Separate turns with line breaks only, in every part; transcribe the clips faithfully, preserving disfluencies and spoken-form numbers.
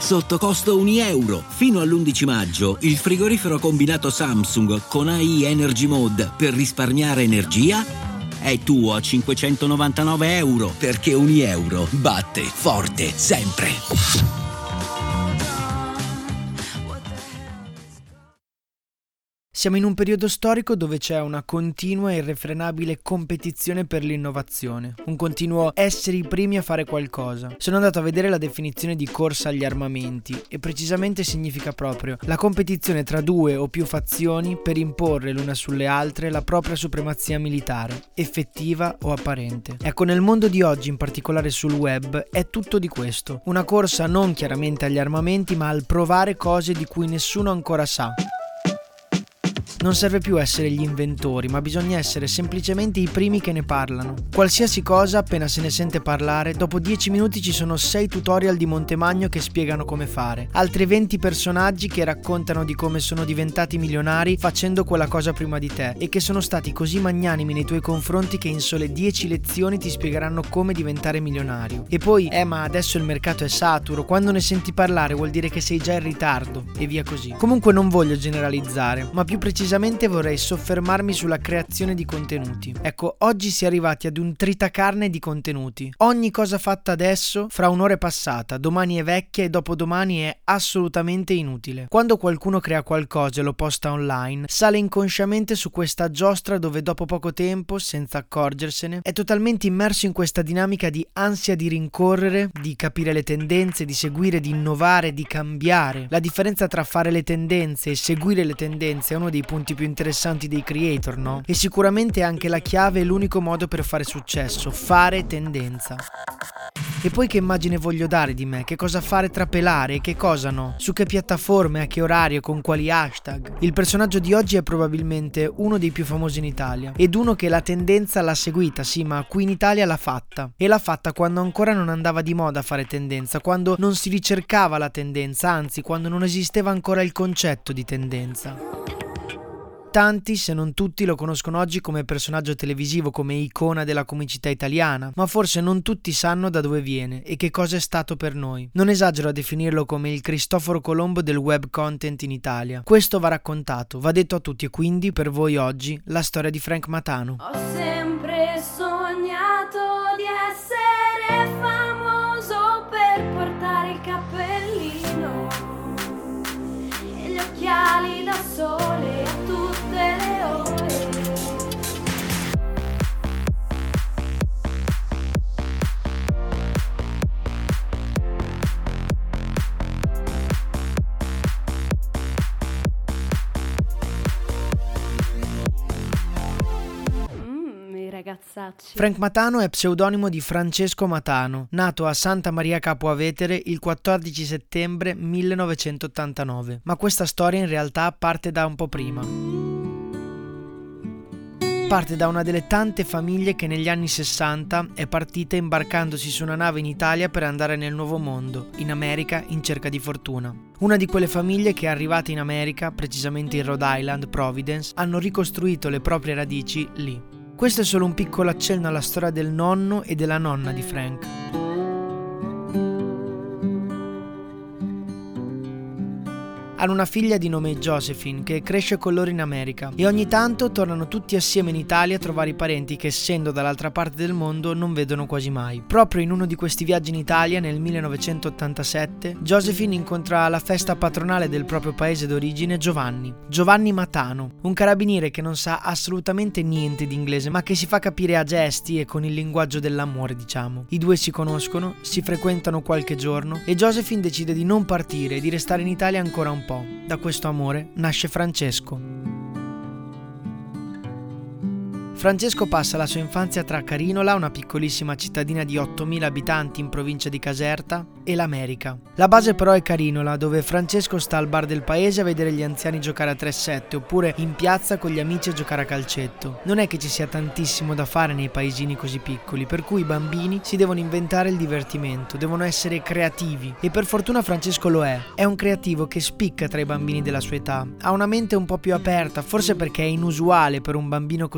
sotto costo un euro. Fino all'undici maggio il frigorifero combinato Samsung con A I Energy Mode per risparmiare energia è tuo a cinquecentonovantanove euro, perché un euro batte forte sempre.
Siamo in un periodo storico dove c'è una continua e irrefrenabile competizione per l'innovazione, un continuo essere i primi a fare qualcosa. Sono andato a vedere la definizione di corsa agli armamenti e precisamente significa proprio la competizione tra due o più fazioni per imporre l'una sulle altre la propria supremazia militare, effettiva o apparente. Ecco, nel mondo di oggi, in particolare sul web, è tutto di questo. Una corsa non chiaramente agli armamenti, ma al provare cose di cui nessuno ancora sa. Non serve più essere gli inventori, ma bisogna essere semplicemente i primi che ne parlano. Qualsiasi cosa, appena se ne sente parlare, dopo dieci minuti ci sono sei tutorial di Montemagno che spiegano come fare, altri venti personaggi che raccontano di come sono diventati milionari facendo quella cosa prima di te e che sono stati così magnanimi nei tuoi confronti che in sole dieci lezioni ti spiegheranno come diventare milionario. E poi, eh ma adesso il mercato è saturo, quando ne senti parlare vuol dire che sei già in ritardo, e via così. Comunque non voglio generalizzare, ma più precisamente vorrei soffermarmi sulla creazione di contenuti. Ecco, oggi si è arrivati ad un tritacarne di contenuti. Ogni cosa fatta adesso, fra un'ora è passata, domani è vecchia e dopodomani è assolutamente inutile. Quando qualcuno crea qualcosa e lo posta online, sale inconsciamente su questa giostra dove dopo poco tempo, senza accorgersene, è totalmente immerso in questa dinamica di ansia di rincorrere, di capire le tendenze, di seguire, di innovare, di cambiare. La differenza tra fare le tendenze e seguire le tendenze è uno dei punti più interessanti dei creator, no? E sicuramente anche la chiave e l'unico modo per fare successo, fare tendenza. E poi che immagine voglio dare di me? Che cosa fare trapelare e che cosa no? Su che piattaforme, a che orario, con quali hashtag? Il personaggio di oggi è probabilmente uno dei più famosi in Italia ed uno che la tendenza l'ha seguita, sì, ma qui in Italia l'ha fatta. E l'ha fatta quando ancora non andava di moda fare tendenza, quando non si ricercava la tendenza, anzi quando non esisteva ancora il concetto di tendenza. Tanti, se non tutti, lo conoscono oggi come personaggio televisivo, come icona della comicità italiana, ma forse non tutti sanno da dove viene e che cosa è stato per noi. Non esagero a definirlo come il Cristoforo Colombo del web content in Italia. Questo va raccontato, va detto a tutti e quindi per voi oggi la storia di Frank Matano.
Ho sempre sognato di essere famoso per portare il cappellino e gli occhiali da sole a tutte le ore. Mm, i ragazzacci.
Frank Matano è pseudonimo di Francesco Matano, nato a Santa Maria Capua Vetere il quattordici settembre millenovecentottantanove, ma questa storia in realtà parte da un po' prima. Parte da una delle tante famiglie che negli anni sessanta è partita imbarcandosi su una nave in Italia per andare nel Nuovo Mondo, in America, in cerca di fortuna. Una di quelle famiglie che arrivate in America, precisamente in Rhode Island, Providence, hanno ricostruito le proprie radici lì. Questo è solo un piccolo accenno alla storia del nonno e della nonna di Frank. Hanno una figlia di nome Josephine che cresce con loro in America e ogni tanto tornano tutti assieme in Italia a trovare i parenti che, essendo dall'altra parte del mondo, non vedono quasi mai. Proprio in uno di questi viaggi in Italia, nel millenovecentottantasette, Josephine incontra alla festa patronale del proprio paese d'origine Giovanni, Giovanni Matano, un carabiniere che non sa assolutamente niente di inglese ma che si fa capire a gesti e con il linguaggio dell'amore, diciamo. I due si conoscono, si frequentano qualche giorno e Josephine decide di non partire e di restare in Italia ancora un po'. Da questo amore nasce Francesco. Francesco passa la sua infanzia tra Carinola, una piccolissima cittadina di ottomila abitanti in provincia di Caserta, e l'America. La base però è Carinola, dove Francesco sta al bar del paese a vedere gli anziani giocare a tre sette oppure in piazza con gli amici a giocare a calcetto. Non è che ci sia tantissimo da fare nei paesini così piccoli, per cui i bambini si devono inventare il divertimento, devono essere creativi e per fortuna Francesco lo è. È un creativo che spicca tra i bambini della sua età, ha una mente un po' più aperta, forse perché è inusuale per un bambino così piccolo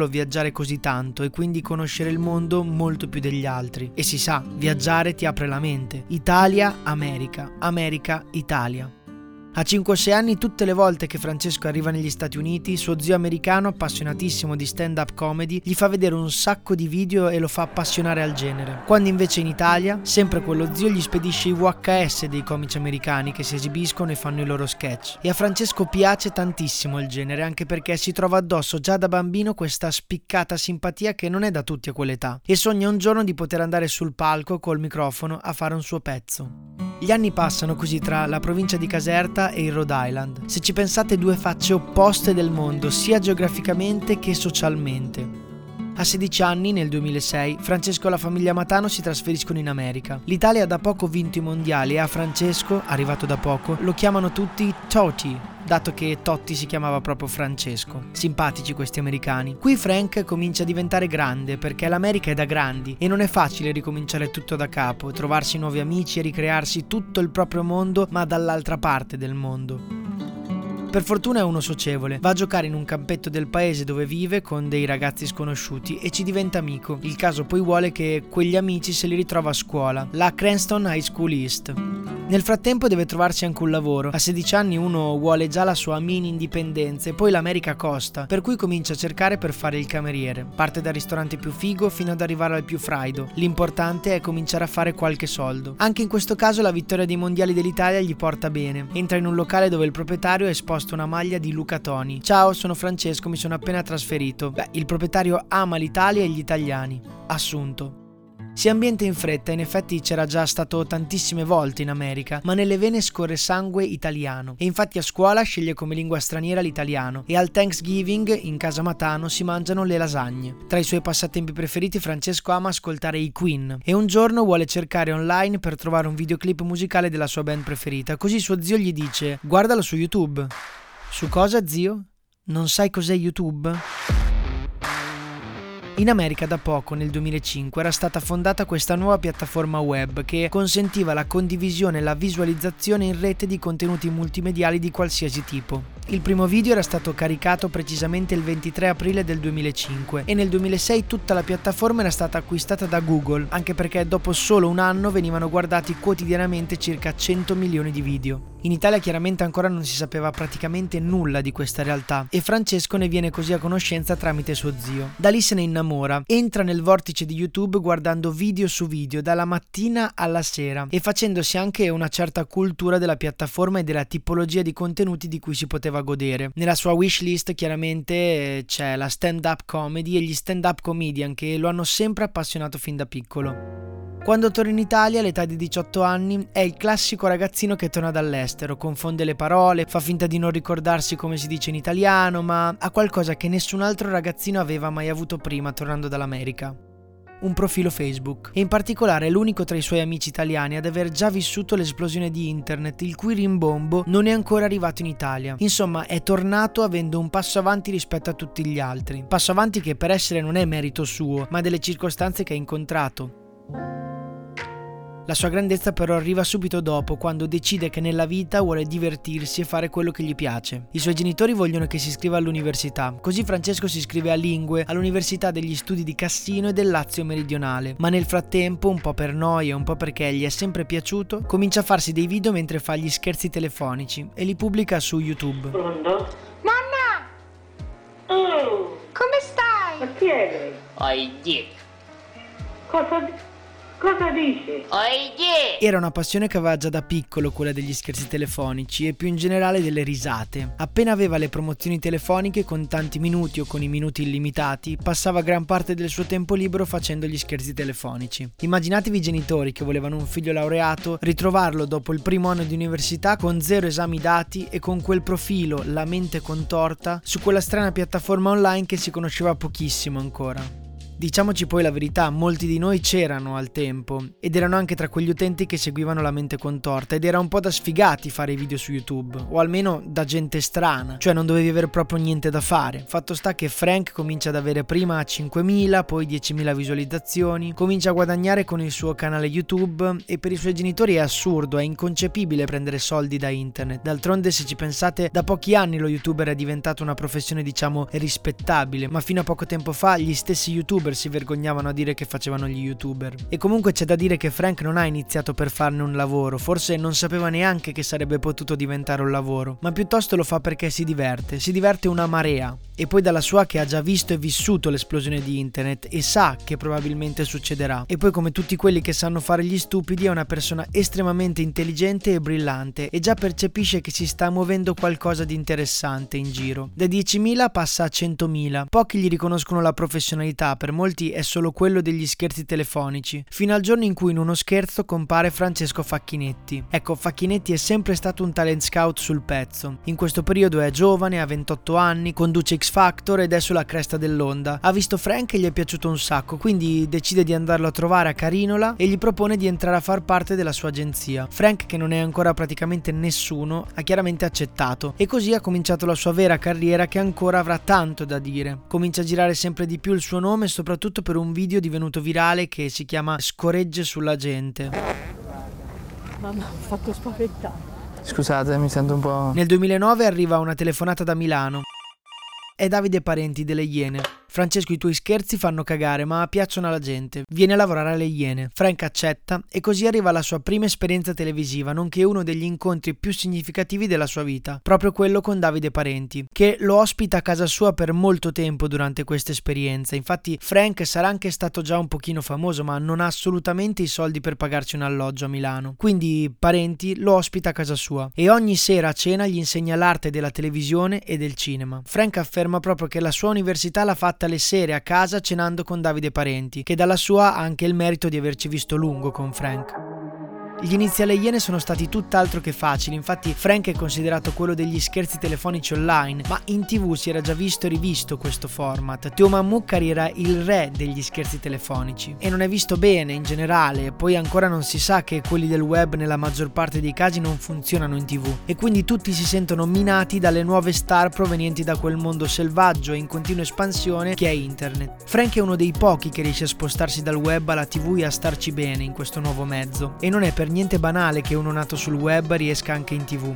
solo viaggiare così tanto e quindi conoscere il mondo molto più degli altri. E si sa, viaggiare ti apre la mente. Italia, America, America, Italia. A cinque o sei anni, tutte le volte che Francesco arriva negli Stati Uniti, suo zio americano, appassionatissimo di stand-up comedy, gli fa vedere un sacco di video e lo fa appassionare al genere. Quando invece in Italia, sempre quello zio gli spedisce i V H S dei comici americani che si esibiscono e fanno i loro sketch. E a Francesco piace tantissimo il genere, anche perché si trova addosso già da bambino questa spiccata simpatia che non è da tutti a quell'età, e sogna un giorno di poter andare sul palco col microfono a fare un suo pezzo. Gli anni passano così tra la provincia di Caserta e il Rhode Island. Se ci pensate, due facce opposte del mondo, sia geograficamente che socialmente. A sedici anni, nel duemilasei, Francesco e la famiglia Matano si trasferiscono in America. L'Italia ha da poco vinto i mondiali e a Francesco, arrivato da poco, lo chiamano tutti Totti, dato che Totti si chiamava proprio Francesco. Simpatici questi americani. Qui Frank comincia a diventare grande, perché l'America è da grandi e non è facile ricominciare tutto da capo, trovarsi nuovi amici e ricrearsi tutto il proprio mondo, ma dall'altra parte del mondo. Per fortuna è uno socievole, va a giocare in un campetto del paese dove vive con dei ragazzi sconosciuti e ci diventa amico. Il caso poi vuole che quegli amici se li ritrova a scuola, la Cranston High School East. Nel frattempo deve trovarsi anche un lavoro. A sedici anni uno vuole già la sua mini indipendenza e poi l'America costa, per cui comincia a cercare per fare il cameriere. Parte dal ristorante più figo fino ad arrivare al più fraido. L'importante è cominciare a fare qualche soldo. Anche in questo caso la vittoria dei mondiali dell'Italia gli porta bene. Entra in un locale dove il proprietario ha esposto una maglia di Luca Toni. Ciao, sono Francesco, mi sono appena trasferito. Beh, il proprietario ama l'Italia e gli italiani. Assunto. Si ambienta in fretta, in effetti c'era già stato tantissime volte in America, ma nelle vene scorre sangue italiano. E infatti a scuola sceglie come lingua straniera l'italiano e al Thanksgiving in casa Matano si mangiano le lasagne. Tra i suoi passatempi preferiti Francesco ama ascoltare i Queen e un giorno vuole cercare online per trovare un videoclip musicale della sua band preferita, così suo zio gli dice: guardalo su YouTube. Su cosa, zio? Non sai cos'è YouTube? In America da poco, nel duemilacinque, era stata fondata questa nuova piattaforma web che consentiva la condivisione e la visualizzazione in rete di contenuti multimediali di qualsiasi tipo. Il primo video era stato caricato precisamente il ventitré aprile del duemilacinque e nel duemilasei tutta la piattaforma era stata acquistata da Google, anche perché dopo solo un anno venivano guardati quotidianamente circa cento milioni di video. In Italia chiaramente ancora non si sapeva praticamente nulla di questa realtà e Francesco ne viene così a conoscenza tramite suo zio. Da lì se ne innamora, entra nel vortice di YouTube guardando video su video dalla mattina alla sera e facendosi anche una certa cultura della piattaforma e della tipologia di contenuti di cui si poteva godere. Nella sua wishlist chiaramente c'è la stand-up comedy e gli stand-up comedian che lo hanno sempre appassionato fin da piccolo. Quando torna in Italia all'età di diciotto anni è il classico ragazzino che torna dall'estero, confonde le parole, fa finta di non ricordarsi come si dice in italiano, ma ha qualcosa che nessun altro ragazzino aveva mai avuto prima tornando dall'America. Un profilo Facebook e in particolare è l'unico tra i suoi amici italiani ad aver già vissuto l'esplosione di internet, il cui rimbombo non è ancora arrivato in Italia. Insomma, è tornato avendo un passo avanti rispetto a tutti gli altri. Passo avanti che per essere non è merito suo, ma delle circostanze che ha incontrato. La sua grandezza però arriva subito dopo, quando decide che nella vita vuole divertirsi e fare quello che gli piace. I suoi genitori vogliono che si iscriva all'università, così Francesco si iscrive a Lingue all'Università degli Studi di Cassino e del Lazio Meridionale, ma nel frattempo, un po' per noia e un po' perché gli è sempre piaciuto, comincia a farsi dei video mentre fa gli scherzi telefonici e li pubblica su YouTube.
Pronto?
Nonna!
Oh!
Come stai?
Ma chi è lei?
Oye,
Cosa... Cosa dice?
oye.
Era una passione che aveva già da piccolo, quella degli scherzi telefonici e più in generale delle risate. Appena aveva le promozioni telefoniche con tanti minuti o con i minuti illimitati, passava gran parte del suo tempo libero facendo gli scherzi telefonici. Immaginatevi i genitori che volevano un figlio laureato, ritrovarlo dopo il primo anno di università con zero esami dati e con quel profilo, la mente contorta, su quella strana piattaforma online che si conosceva pochissimo ancora. Diciamoci poi la verità, molti di noi c'erano al tempo ed erano anche tra quegli utenti che seguivano la mente contorta ed era un po' da sfigati fare i video su YouTube, o almeno da gente strana, cioè non dovevi avere proprio niente da fare. Fatto sta che Frank comincia ad avere prima cinquemila, poi diecimila visualizzazioni, comincia a guadagnare con il suo canale YouTube e per i suoi genitori è assurdo, è inconcepibile prendere soldi da internet. D'altronde, se ci pensate, da pochi anni lo YouTuber è diventato una professione diciamo rispettabile, ma fino a poco tempo fa gli stessi YouTuber si vergognavano a dire che facevano gli YouTuber. E comunque c'è da dire che Frank non ha iniziato per farne un lavoro, forse non sapeva neanche che sarebbe potuto diventare un lavoro, ma piuttosto lo fa perché si diverte, si diverte una marea. E poi dalla sua che ha già visto e vissuto l'esplosione di internet e sa che probabilmente succederà. E poi, come tutti quelli che sanno fare gli stupidi, è una persona estremamente intelligente e brillante e già percepisce che si sta muovendo qualcosa di interessante in giro. Da diecimila passa a centomila. Pochi gli riconoscono la professionalità, per molti è solo quello degli scherzi telefonici, fino al giorno in cui in uno scherzo compare Francesco Facchinetti. Ecco, Facchinetti è sempre stato un talent scout sul pezzo. In questo periodo è giovane, ha ventotto anni, conduce X Factor ed è sulla cresta dell'onda. Ha visto Frank e gli è piaciuto un sacco, quindi decide di andarlo a trovare a Carinola e gli propone di entrare a far parte della sua agenzia. Frank, che non è ancora praticamente nessuno, ha chiaramente accettato e così ha cominciato la sua vera carriera, che ancora avrà tanto da dire. Comincia a girare sempre di più il suo nome, soprattutto per un video divenuto virale che si chiama Scoregge sulla gente.
Mamma, ho fatto spaventare.
Scusate, mi sento un po'...
Nel duemilanove arriva una telefonata da Milano. È Davide Parenti delle Iene. Francesco, i tuoi scherzi fanno cagare, ma piacciono alla gente. Vieni a lavorare alle Iene. Frank accetta e così arriva la sua prima esperienza televisiva, nonché uno degli incontri più significativi della sua vita, proprio quello con Davide Parenti, che lo ospita a casa sua per molto tempo durante questa esperienza. Infatti Frank sarà anche stato già un pochino famoso, ma non ha assolutamente i soldi per pagarci un alloggio a Milano. Quindi Parenti lo ospita a casa sua e ogni sera a cena gli insegna l'arte della televisione e del cinema. Frank afferma proprio che la sua università l'ha fatta le sere a casa cenando con Davide Parenti, che dalla sua ha anche il merito di averci visto lungo con Frank. Gli inizi alle Iene sono stati tutt'altro che facili, infatti Frank è considerato quello degli scherzi telefonici online, ma in tv si era già visto e rivisto questo format. Teo Mammucari era il re degli scherzi telefonici e non è visto bene in generale, poi ancora non si sa che quelli del web nella maggior parte dei casi non funzionano in tv e quindi tutti si sentono minati dalle nuove star provenienti da quel mondo selvaggio e in continua espansione che è internet. Frank è uno dei pochi che riesce a spostarsi dal web alla tv e a starci bene in questo nuovo mezzo, e non è per niente banale che uno nato sul web riesca anche in tv.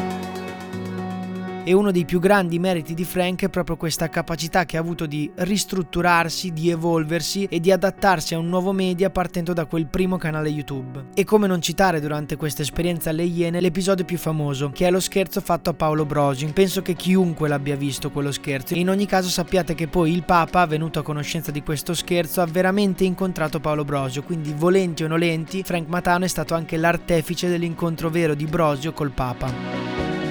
E uno dei più grandi meriti di Frank è proprio questa capacità che ha avuto di ristrutturarsi, di evolversi e di adattarsi a un nuovo media partendo da quel primo canale YouTube. E come non citare durante questa esperienza alle Iene l'episodio più famoso, che è lo scherzo fatto a Paolo Brosio. Penso che chiunque l'abbia visto quello scherzo. In ogni caso sappiate che poi il Papa, venuto a conoscenza di questo scherzo, ha veramente incontrato Paolo Brosio, quindi volenti o nolenti Frank Matano è stato anche l'artefice dell'incontro vero di Brosio col Papa.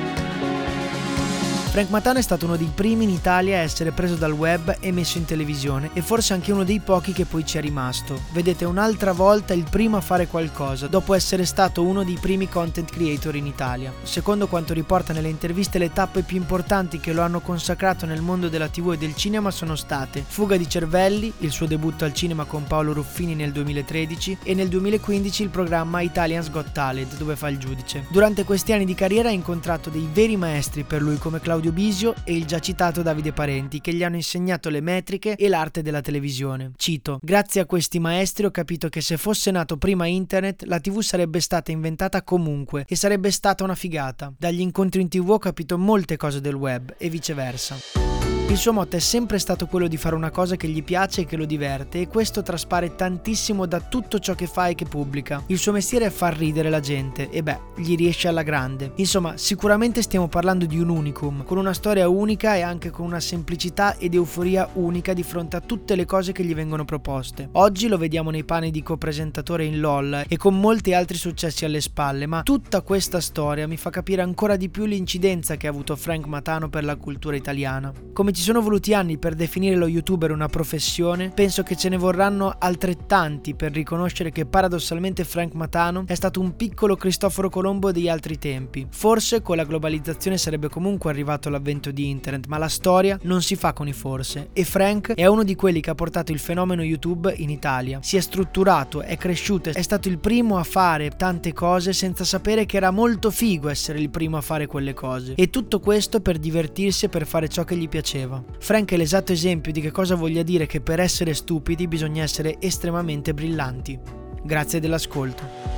Frank Matano è stato uno dei primi in Italia a essere preso dal web e messo in televisione e forse anche uno dei pochi che poi ci è rimasto. Vedete, un'altra volta il primo a fare qualcosa, dopo essere stato uno dei primi content creator in Italia. Secondo quanto riporta nelle interviste, le tappe più importanti che lo hanno consacrato nel mondo della tv e del cinema sono state Fuga di cervelli, il suo debutto al cinema con Paolo Ruffini nel duemilatredici, e nel duemilaquindici il programma Italian's Got Talent, dove fa il giudice. Durante questi anni di carriera ha incontrato dei veri maestri per lui come Claudio Bisio e il già citato Davide Parenti, che gli hanno insegnato le metriche e l'arte della televisione. Cito: grazie a questi maestri ho capito che se fosse nato prima internet la tv sarebbe stata inventata comunque e sarebbe stata una figata. Dagli incontri in tv ho capito molte cose del web e viceversa. Il suo motto è sempre stato quello di fare una cosa che gli piace e che lo diverte, e questo traspare tantissimo da tutto ciò che fa e che pubblica. Il suo mestiere è far ridere la gente e beh, gli riesce alla grande. Insomma, sicuramente stiamo parlando di un unicum, con una storia unica e anche con una semplicità ed euforia unica di fronte a tutte le cose che gli vengono proposte. Oggi lo vediamo nei panni di copresentatore in LOL e con molti altri successi alle spalle, ma tutta questa storia mi fa capire ancora di più l'incidenza che ha avuto Frank Matano per la cultura italiana. Come ci sono voluti anni per definire lo youtuber una professione, penso che ce ne vorranno altrettanti per riconoscere che paradossalmente Frank Matano è stato un piccolo Cristoforo Colombo degli altri tempi. Forse con la globalizzazione sarebbe comunque arrivato l'avvento di internet, ma la storia non si fa con i forse, e Frank è uno di quelli che ha portato il fenomeno YouTube in Italia. Si è strutturato, è cresciuto, è stato il primo a fare tante cose senza sapere che era molto figo essere il primo a fare quelle cose, e tutto questo per divertirsi e per fare ciò che gli piaceva. Frank è l'esatto esempio di che cosa voglia dire che per essere stupidi bisogna essere estremamente brillanti. Grazie dell'ascolto.